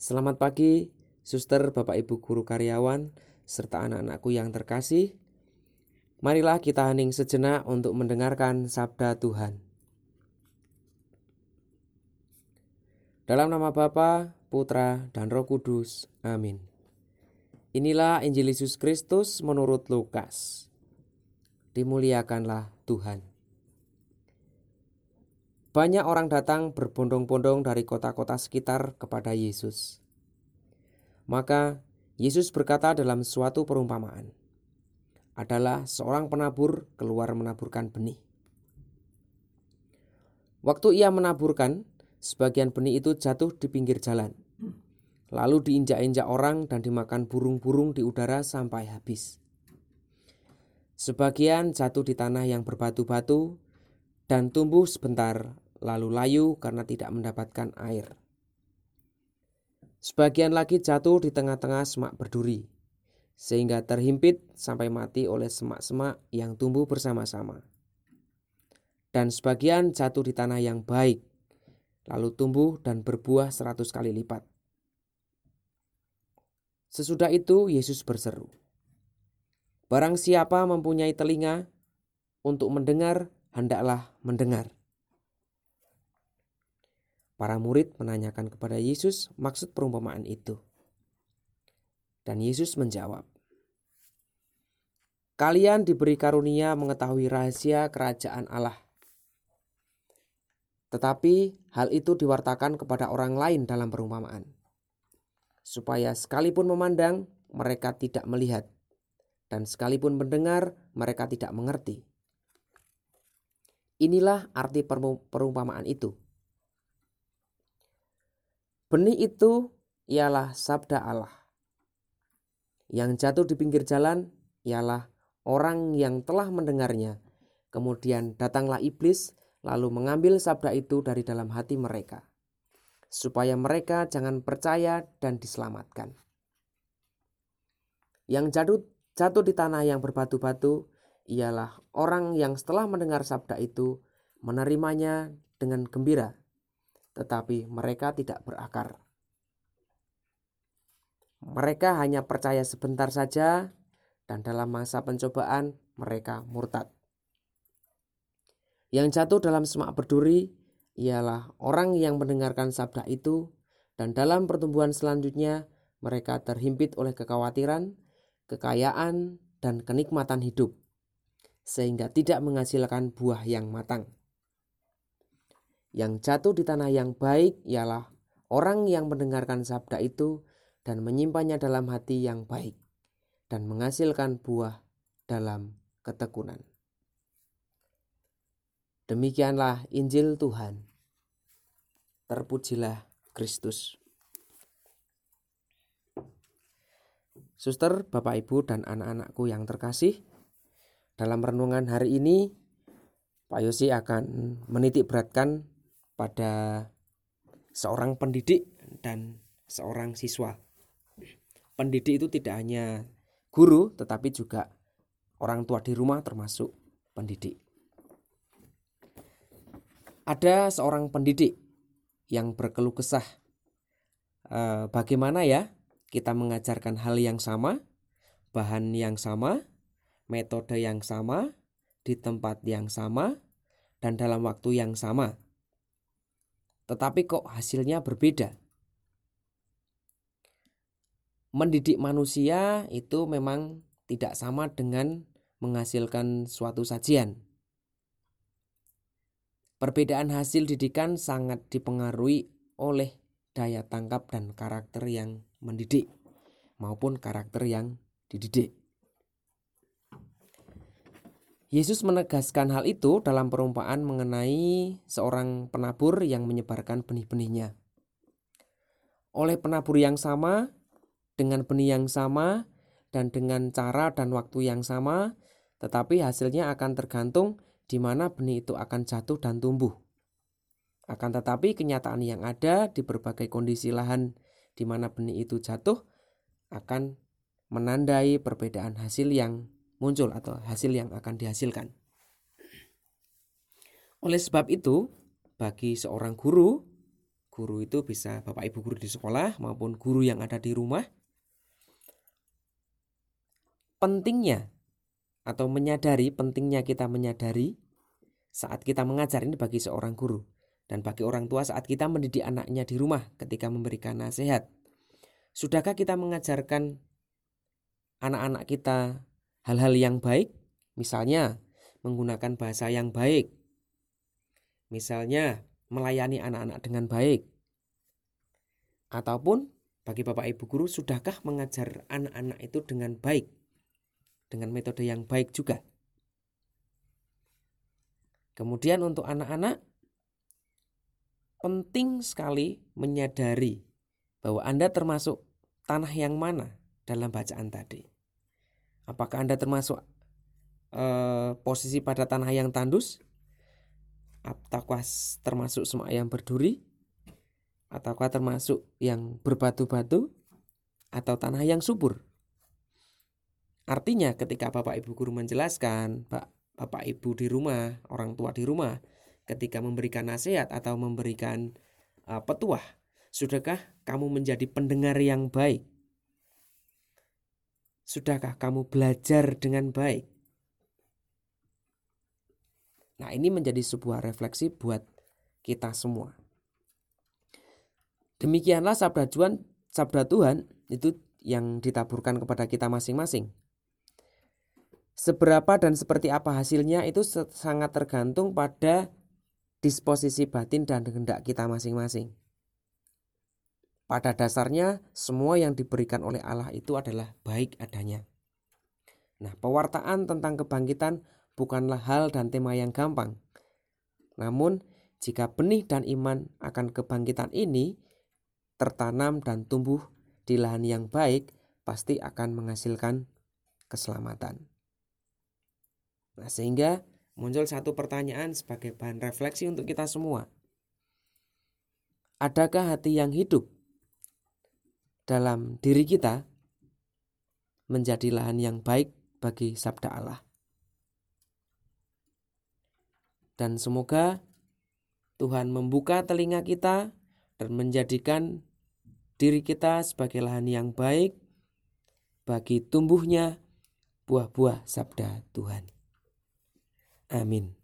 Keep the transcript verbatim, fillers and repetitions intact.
Selamat pagi, suster, Bapak Ibu guru karyawan, serta anak-anakku yang terkasih. Marilah kita hening sejenak untuk mendengarkan sabda Tuhan. Dalam nama Bapa, Putra, dan Roh Kudus. Amin. Inilah Injil Yesus Kristus menurut Lukas. Dimuliakanlah Tuhan. Banyak orang datang berbondong-bondong dari kota-kota sekitar kepada Yesus. Maka Yesus berkata dalam suatu perumpamaan, adalah seorang penabur keluar menaburkan benih. Waktu ia menaburkan, sebagian benih itu jatuh di pinggir jalan, lalu diinjak-injak orang dan dimakan burung-burung di udara sampai habis. Sebagian jatuh di tanah yang berbatu-batu dan tumbuh sebentar, lalu layu karena tidak mendapatkan air. Sebagian lagi jatuh di tengah-tengah semak berduri, sehingga terhimpit sampai mati oleh semak-semak yang tumbuh bersama-sama. Dan sebagian jatuh di tanah yang baik, lalu tumbuh dan berbuah seratus kali lipat. Sesudah itu Yesus berseru, "Barang siapa mempunyai telinga untuk mendengar, hendaklah mendengar." Para murid menanyakan kepada Yesus maksud perumpamaan itu. Dan Yesus menjawab, "Kalian diberi karunia mengetahui rahasia kerajaan Allah. Tetapi hal itu diwartakan kepada orang lain dalam perumpamaan, supaya sekalipun memandang, mereka tidak melihat, dan sekalipun mendengar, mereka tidak mengerti." Inilah arti perumpamaan itu. Benih itu ialah sabda Allah. Yang jatuh di pinggir jalan ialah orang yang telah mendengarnya. Kemudian datanglah iblis lalu mengambil sabda itu dari dalam hati mereka, supaya mereka jangan percaya dan diselamatkan. Yang jatuh, jatuh di tanah yang berbatu-batu ialah orang yang setelah mendengar sabda itu menerimanya dengan gembira, tetapi mereka tidak berakar. Mereka hanya percaya sebentar saja, dan dalam masa pencobaan mereka murtad. Yang jatuh dalam semak berduri ialah orang yang mendengarkan sabda itu, dan dalam pertumbuhan selanjutnya mereka terhimpit oleh kekhawatiran, kekayaan, dan kenikmatan hidup, sehingga tidak menghasilkan buah yang matang. Yang jatuh di tanah yang baik ialah orang yang mendengarkan sabda itu dan menyimpannya dalam hati yang baik dan menghasilkan buah dalam ketekunan. Demikianlah Injil Tuhan. Terpujilah Kristus. Suster, Bapak, Ibu, dan anak-anakku yang terkasih, dalam renungan hari ini Pak Yosi akan menitik beratkan pada seorang pendidik dan seorang siswa. Pendidik itu tidak hanya guru, tetapi juga orang tua di rumah termasuk pendidik. Ada seorang pendidik yang berkeluh kesah, e, bagaimana ya kita mengajarkan hal yang sama, bahan yang sama, metode yang sama, di tempat yang sama, dan dalam waktu yang sama, tetapi kok hasilnya berbeda. Mendidik manusia itu memang tidak sama dengan menghasilkan suatu sajian. Perbedaan hasil didikan sangat dipengaruhi oleh daya tangkap dan karakter yang mendidik maupun karakter yang dididik. Yesus menegaskan hal itu dalam perumpamaan mengenai seorang penabur yang menyebarkan benih-benihnya. Oleh penabur yang sama, dengan benih yang sama, dan dengan cara dan waktu yang sama, tetapi hasilnya akan tergantung di mana benih itu akan jatuh dan tumbuh. Akan tetapi kenyataan yang ada di berbagai kondisi lahan di mana benih itu jatuh akan menandai perbedaan hasil yang muncul atau hasil yang akan dihasilkan. Oleh sebab itu, bagi seorang guru, Guru itu bisa Bapak Ibu guru di sekolah maupun guru yang ada di rumah. Pentingnya atau menyadari, pentingnya kita menyadari saat kita mengajar ini bagi seorang guru dan bagi orang tua saat kita mendidik anaknya di rumah ketika memberikan nasihat. Sudahkah kita mengajarkan anak-anak kita hal-hal yang baik? Misalnya menggunakan bahasa yang baik. Misalnya melayani anak-anak dengan baik. Ataupun bagi Bapak Ibu guru, sudahkah mengajar anak-anak itu dengan baik, dengan metode yang baik juga? Kemudian untuk anak-anak, penting sekali menyadari bahwa Anda termasuk tanah yang mana dalam bacaan tadi. Apakah Anda termasuk eh, posisi pada tanah yang tandus? Ataukah termasuk semak yang berduri? Ataukah termasuk yang berbatu-batu? Atau tanah yang subur? Artinya ketika Bapak Ibu guru menjelaskan, Bapak Ibu di rumah, orang tua di rumah, ketika memberikan nasihat atau memberikan uh, petuah, sudahkah kamu menjadi pendengar yang baik? Sudahkah kamu belajar dengan baik? Nah, ini menjadi sebuah refleksi buat kita semua. Demikianlah sabda Tuhan, sabda Tuhan itu yang ditaburkan kepada kita masing-masing. Seberapa dan seperti apa hasilnya itu sangat tergantung pada disposisi batin dan kehendak kita masing-masing. Pada dasarnya semua yang diberikan oleh Allah itu adalah baik adanya. Nah, pewartaan tentang kebangkitan bukanlah hal dan tema yang gampang. Namun, jika benih dan iman akan kebangkitan ini tertanam dan tumbuh di lahan yang baik, pasti akan menghasilkan keselamatan. Nah, sehingga muncul satu pertanyaan sebagai bahan refleksi untuk kita semua. Adakah hati yang hidup dalam diri kita menjadi lahan yang baik bagi sabda Allah? Dan semoga Tuhan membuka telinga kita dan menjadikan diri kita sebagai lahan yang baik bagi tumbuhnya buah-buah sabda Tuhan. Amin.